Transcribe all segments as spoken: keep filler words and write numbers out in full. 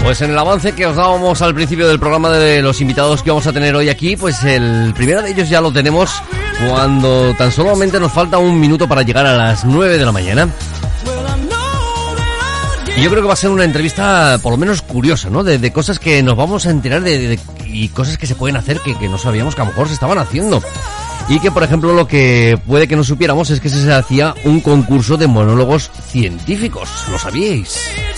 Pues en el avance que os dábamos al principio del programa de los invitados que vamos a tener hoy aquí, pues el primero de ellos ya lo tenemos cuando tan solamente nos falta un minuto para llegar a las nueve de la mañana. Y yo creo que va a ser una entrevista por lo menos curiosa, ¿no? De, de cosas que nos vamos a enterar de, de, y cosas que se pueden hacer que, que no sabíamos que a lo mejor se estaban haciendo. Y que, por ejemplo, lo que puede que no supiéramos es que se hacía un concurso de monólogos científicos. ¿Lo sabíais?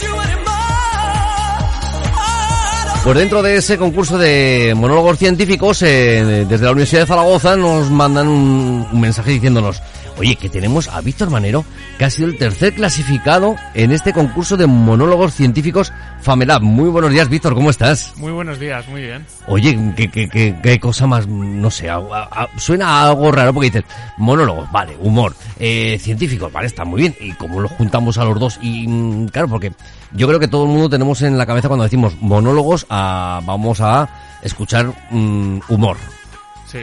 Pues dentro de ese concurso de monólogos científicos, eh, desde la Universidad de Zaragoza nos mandan un, un mensaje diciéndonos: oye, que tenemos a Víctor Manero, que ha sido el tercer clasificado en este concurso de monólogos científicos FameLab. Muy buenos días, Víctor, ¿cómo estás? Muy buenos días, muy bien. Oye, qué, qué, qué, qué cosa más, no sé, a, a, suena a algo raro porque dices, monólogos, vale, humor, eh, científicos, vale, está muy bien. ¿Y cómo los juntamos a los dos? Y claro, porque yo creo que todo el mundo tenemos en la cabeza cuando decimos monólogos, a, vamos a escuchar um, humor. Sí.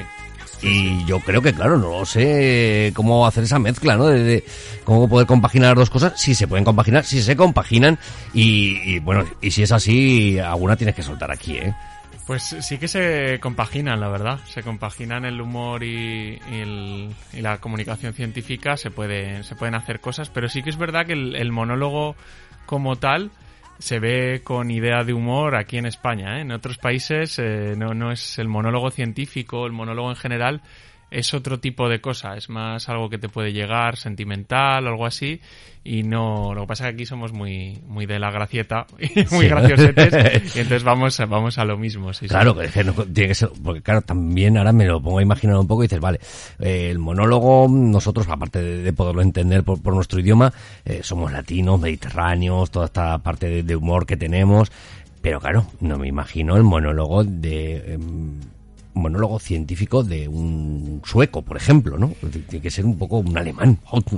Y yo creo que, claro, no sé cómo hacer esa mezcla, ¿no? De, de cómo poder compaginar las dos cosas, si se pueden compaginar, si se compaginan, y, y bueno, y si es así, alguna tienes que soltar aquí, ¿eh? Pues sí que se compaginan, la verdad. Se compaginan el humor y, y, el, y la comunicación científica, se puede, se pueden hacer cosas, pero sí que es verdad que el, el monólogo como tal se ve con idea de humor aquí en España, ¿eh? En otros países eh, no, no es el monólogo científico, el monólogo en general es otro tipo de cosa, es más algo que te puede llegar, sentimental o algo así, y no, lo que pasa es que aquí somos muy muy de la gracieta, muy sí, graciosetes, y entonces vamos, vamos a lo mismo. Sí, claro, sí. Es que no, tiene que ser, porque claro, también ahora me lo pongo a imaginar un poco y dices, vale, eh, el monólogo, nosotros, aparte de, de poderlo entender por, por nuestro idioma, eh, somos latinos, mediterráneos, toda esta parte de, de humor que tenemos, pero claro, no me imagino el monólogo de... Eh, monólogo científico de un sueco, por ejemplo, ¿no? Tiene que ser un poco un alemán.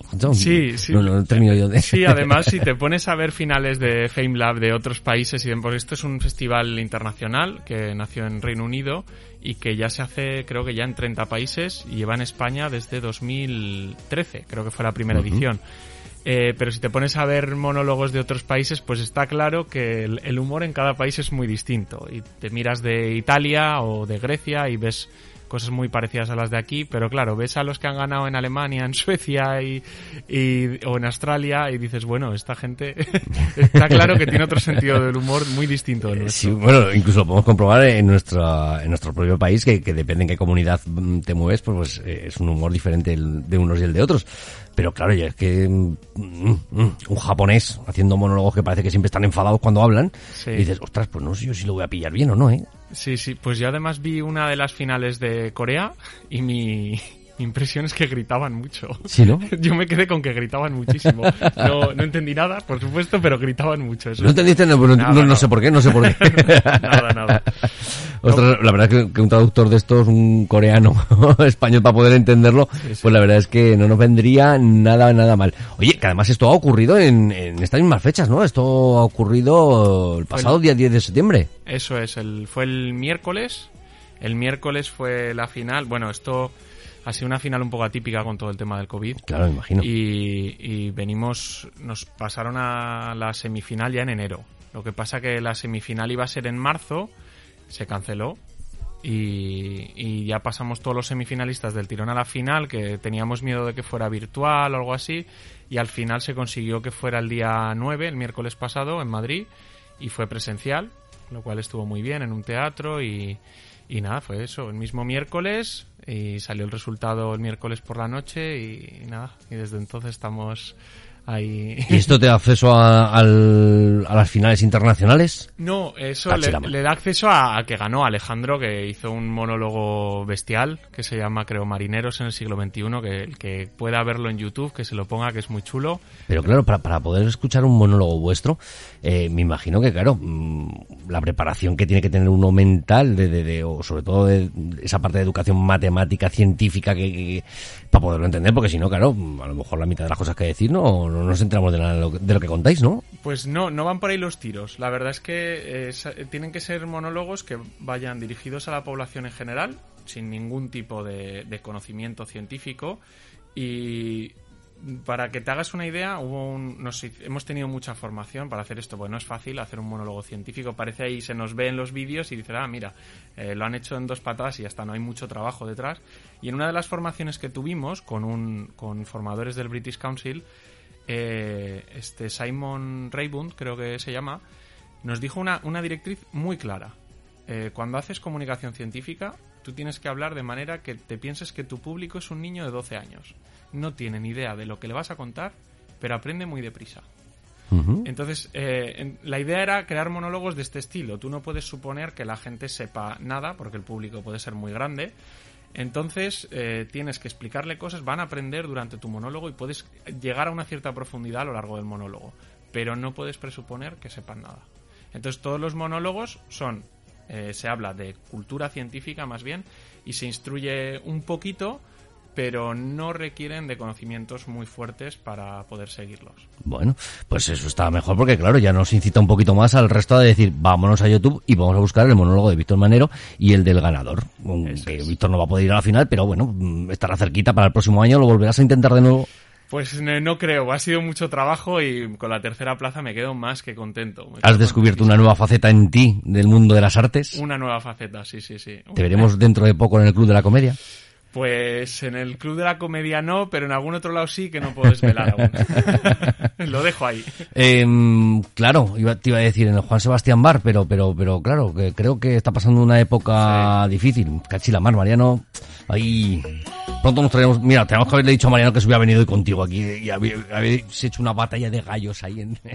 Sí, sí. No, no termino yo de... Sí, además, si te pones a ver finales de FameLab de otros países, y pues esto es un festival internacional que nació en Reino Unido y que ya se hace, creo que ya en treinta países, y lleva en España desde dos mil trece, creo que fue la primera uh-huh. edición. Eh, pero si te pones a ver monólogos de otros países, pues está claro que el, el humor en cada país es muy distinto. Y te miras de Italia o de Grecia y ves cosas muy parecidas a las de aquí, pero claro, ves a los que han ganado en Alemania, en Suecia y, y o en Australia y dices, bueno, esta gente está claro que tiene otro sentido del humor muy distinto del nuestro. Sí, bueno, incluso lo podemos comprobar en nuestra en nuestro propio país, que, que depende en qué comunidad te mueves, pues, pues es un humor diferente el de unos y el de otros. Pero claro, ya es que mm, mm, un japonés haciendo monólogos que parece que siempre están enfadados cuando hablan, sí. Y dices, ostras, pues no sé yo si lo voy a pillar bien o no, ¿eh? Sí, sí, pues yo además vi una de las finales de Corea y mi... Mi impresión es que gritaban mucho. ¿Sí, no? Yo me quedé con que gritaban muchísimo. No, no entendí nada, por supuesto, pero gritaban mucho. Eso ¿No entendiste? No, no, nada, no, no sé por qué, no sé por qué. Nada, nada. Ostras, la verdad es que, que un traductor de estos, un coreano español, para poder entenderlo, sí, sí. Pues la verdad es que no nos vendría nada, nada mal. Oye, que además esto ha ocurrido en, en estas mismas fechas, ¿no? Esto ha ocurrido el pasado el, día diez de septiembre. Eso es, el, fue el miércoles. El miércoles fue la final. Bueno, esto... Ha sido una final un poco atípica con todo el tema del COVID. Claro, me imagino. Y, y venimos, nos pasaron a la semifinal ya en enero. Lo que pasa que la semifinal iba a ser en marzo, se canceló y, y ya pasamos todos los semifinalistas del tirón a la final, que teníamos miedo de que fuera virtual o algo así, y al final se consiguió que fuera el día nueve, el miércoles pasado, en Madrid, y fue presencial, lo cual estuvo muy bien en un teatro y... Y nada, fue eso, el mismo miércoles, y salió el resultado el miércoles por la noche y, y nada, y desde entonces estamos ahí. ¿Y esto te da acceso a, al, a las finales internacionales? No, eso le, le da acceso a, a que ganó Alejandro, que hizo un monólogo bestial que se llama, creo, Marineros en el siglo veintiuno, que el que pueda verlo en YouTube, que se lo ponga, que es muy chulo. Pero claro, para, para poder escuchar un monólogo vuestro, eh, me imagino que, claro, mmm, la preparación que tiene que tener uno mental, de, de, de, o sobre todo de esa parte de educación matemática, científica, que, que para poderlo entender, porque si no, claro, a lo mejor la mitad de las cosas que decir no, no nos enteramos de nada de lo, de lo que contáis, ¿no? Pues no, no van por ahí los tiros. La verdad es que eh, tienen que ser monólogos que vayan dirigidos a la población en general, sin ningún tipo de, de conocimiento científico, y para que te hagas una idea, hubo un, nos, hemos tenido mucha formación para hacer esto, porque no es fácil hacer un monólogo científico. Parece ahí, se nos ve en los vídeos y dices, ah, mira, eh, lo han hecho en dos patadas y ya está, no hay mucho trabajo detrás. Y en una de las formaciones que tuvimos con, un, con formadores del British Council, eh, este Simon Raybund, creo que se llama, nos dijo una, una directriz muy clara. Eh, cuando haces comunicación científica, tú tienes que hablar de manera que te pienses que tu público es un niño de doce años. No tiene ni idea de lo que le vas a contar, pero aprende muy deprisa. Uh-huh. Entonces, eh, en, la idea era crear monólogos de este estilo. Tú no puedes suponer que la gente sepa nada, porque el público puede ser muy grande. Entonces, eh, tienes que explicarle cosas, van a aprender durante tu monólogo y puedes llegar a una cierta profundidad a lo largo del monólogo. Pero no puedes presuponer que sepan nada. Entonces, todos los monólogos son... Eh, se habla de cultura científica más bien y se instruye un poquito, pero no requieren de conocimientos muy fuertes para poder seguirlos. Bueno, pues eso está mejor porque claro, ya nos incita un poquito más al resto de decir, vámonos a YouTube y vamos a buscar el monólogo de Víctor Manero y el del ganador. Eso que es. Víctor no va a poder ir a la final, pero bueno, estará cerquita para el próximo año, lo volverás a intentar de nuevo. Pues no creo, ha sido mucho trabajo y con la tercera plaza me quedo más que contento. ¿Has descubierto una nueva faceta en ti del mundo de las artes? Una nueva faceta, sí, sí, sí. ¿Te veremos dentro de poco en el Club de la Comedia? Pues en el Club de la Comedia no, pero en algún otro lado sí que no puedo desvelar aún. Lo dejo ahí. Eh, claro, iba, te iba a decir en el Juan Sebastián Bar, pero pero pero claro, que creo que está pasando una época sí. difícil. Cachila mar, Mariano. Ahí pronto nos traemos... Mira, tenemos que haberle dicho a Mariano que se hubiera venido hoy contigo aquí y habéis hecho una batalla de gallos ahí en...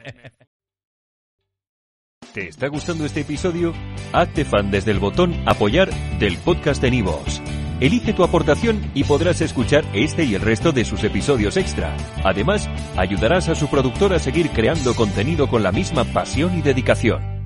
¿Te está gustando este episodio? Hazte fan desde el botón Apoyar del podcast de Nivos. Elige tu aportación y podrás escuchar este y el resto de sus episodios extra. Además, ayudarás a su productor a seguir creando contenido con la misma pasión y dedicación.